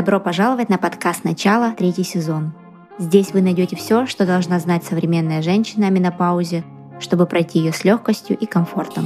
Добро пожаловать на подкаст «Начало», 3-й сезон. Здесь вы найдете все, что должна знать современная женщина о менопаузе, чтобы пройти ее с легкостью и комфортом.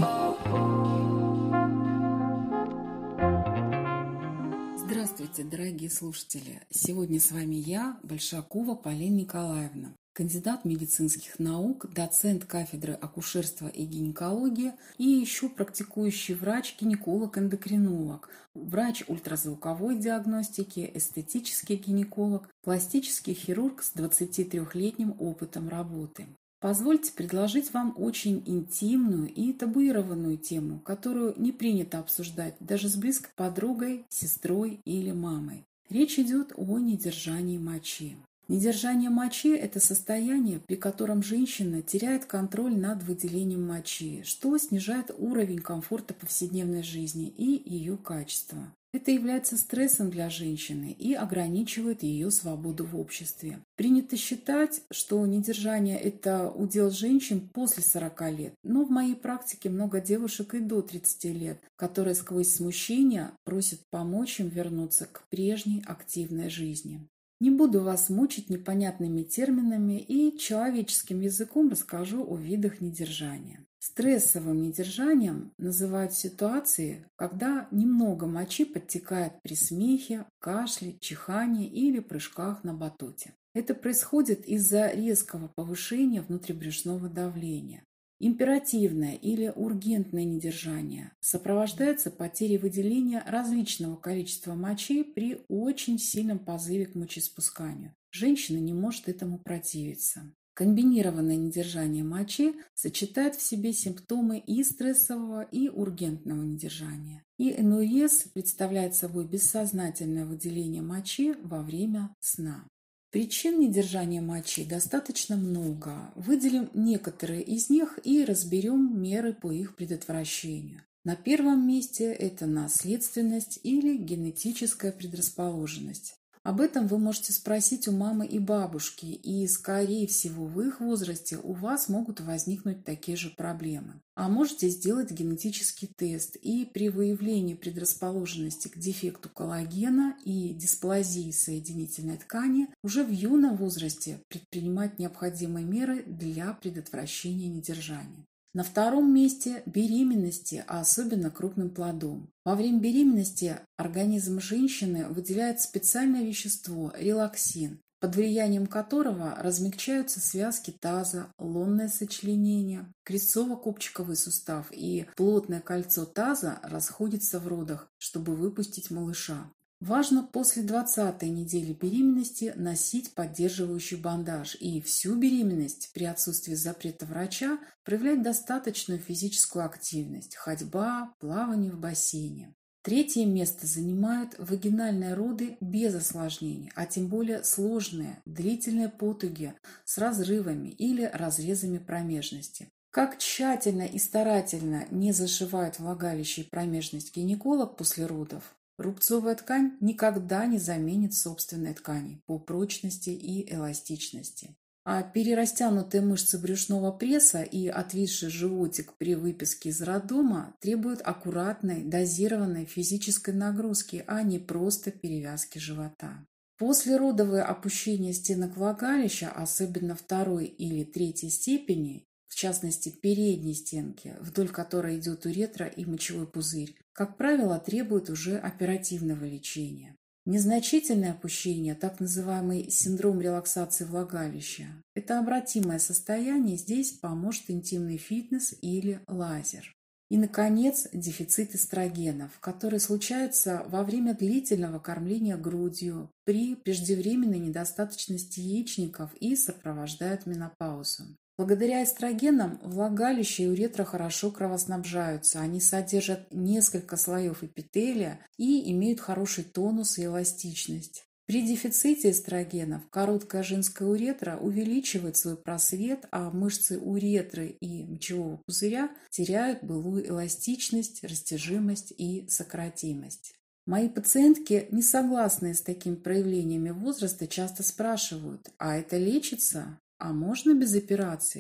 Здравствуйте, дорогие слушатели! Сегодня с вами я, Большакова Полина Николаевна, кандидат медицинских наук, доцент кафедры акушерства и гинекологии и еще практикующий врач-гинеколог-эндокринолог, врач ультразвуковой диагностики, эстетический гинеколог, пластический хирург с 23-летним опытом работы. Позвольте предложить вам очень интимную и табуированную тему, которую не принято обсуждать даже с близкой подругой, сестрой или мамой. Речь идет о недержании мочи. Недержание мочи – это состояние, при котором женщина теряет контроль над выделением мочи, что снижает уровень комфорта повседневной жизни и ее качества. Это является стрессом для женщины и ограничивает ее свободу в обществе. Принято считать, что недержание – это удел женщин после 40 лет, но в моей практике много девушек и до 30 лет, которые сквозь смущение просят помочь им вернуться к прежней активной жизни. Не буду вас мучить непонятными терминами и человеческим языком расскажу о видах недержания. Стрессовым недержанием называют ситуации, когда немного мочи подтекает при смехе, кашле, чихании или прыжках на батуте. Это происходит из-за резкого повышения внутрибрюшного давления. Императивное или ургентное недержание сопровождается потерей выделения различного количества мочи при очень сильном позыве к мочеиспусканию. Женщина не может этому противиться. Комбинированное недержание мочи сочетает в себе симптомы и стрессового, и ургентного недержания. И НОЕС представляет собой бессознательное выделение мочи во время сна. Причин недержания мочи достаточно много. Выделим некоторые из них и разберем меры по их предотвращению. На первом месте это наследственность или генетическая предрасположенность. Об этом вы можете спросить у мамы и бабушки, и, скорее всего, в их возрасте у вас могут возникнуть такие же проблемы. А можете сделать генетический тест, и при выявлении предрасположенности к дефекту коллагена и дисплазии соединительной ткани уже в юном возрасте предпринимать необходимые меры для предотвращения недержания. На втором месте беременности, а особенно крупным плодом. Во время беременности организм женщины выделяет специальное вещество – релаксин, под влиянием которого размягчаются связки таза, лонное сочленение, крестцово-копчиковый сустав и плотное кольцо таза расходятся в родах, чтобы выпустить малыша. Важно после 20-й недели беременности носить поддерживающий бандаж и всю беременность при отсутствии запрета врача проявлять достаточную физическую активность – ходьба, плавание в бассейне. Третье место занимают вагинальные роды без осложнений, а тем более сложные, длительные потуги с разрывами или разрезами промежности. Как тщательно и старательно не зашивают влагалище и промежность гинеколог после родов, рубцовая ткань никогда не заменит собственной ткани по прочности и эластичности. А перерастянутые мышцы брюшного пресса и отвисший животик при выписке из роддома требуют аккуратной, дозированной физической нагрузки, а не просто перевязки живота. Послеродовое опущение стенок влагалища, особенно второй или третьей степени, в частности передней стенки, вдоль которой идет уретра и мочевой пузырь, как правило, требует уже оперативного лечения. Незначительное опущение, так называемый синдром релаксации влагалища, это обратимое состояние, здесь поможет интимный фитнес или лазер. И, наконец, дефицит эстрогенов, который случается во время длительного кормления грудью, при преждевременной недостаточности яичников и сопровождает менопаузу. Благодаря эстрогенам влагалище и уретра хорошо кровоснабжаются, они содержат несколько слоев эпителия и имеют хороший тонус и эластичность. При дефиците эстрогенов короткая женская уретра увеличивает свой просвет, а мышцы уретры и мочевого пузыря теряют былую эластичность, растяжимость и сократимость. Мои пациентки, не согласные с такими проявлениями возраста, часто спрашивают: а это лечится? А можно без операции?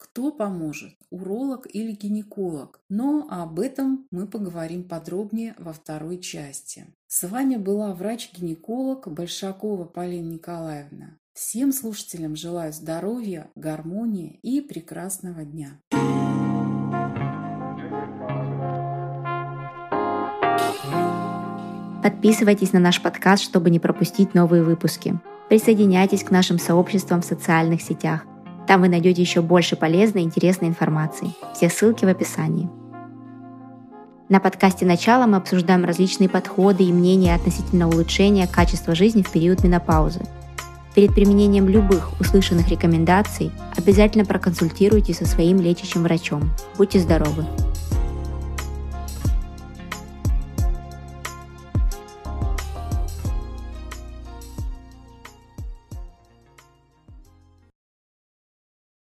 Кто поможет, уролог или гинеколог? Но об этом мы поговорим подробнее во второй части. С вами была врач-гинеколог Большакова Полина Николаевна. Всем слушателям желаю здоровья, гармонии и прекрасного дня. Подписывайтесь на наш подкаст, чтобы не пропустить новые выпуски. Присоединяйтесь к нашим сообществам в социальных сетях. Там вы найдете еще больше полезной и интересной информации. Все ссылки в описании. На подкасте «Начало» мы обсуждаем различные подходы и мнения относительно улучшения качества жизни в период менопаузы. Перед применением любых услышанных рекомендаций обязательно проконсультируйтесь со своим лечащим врачом. Будьте здоровы!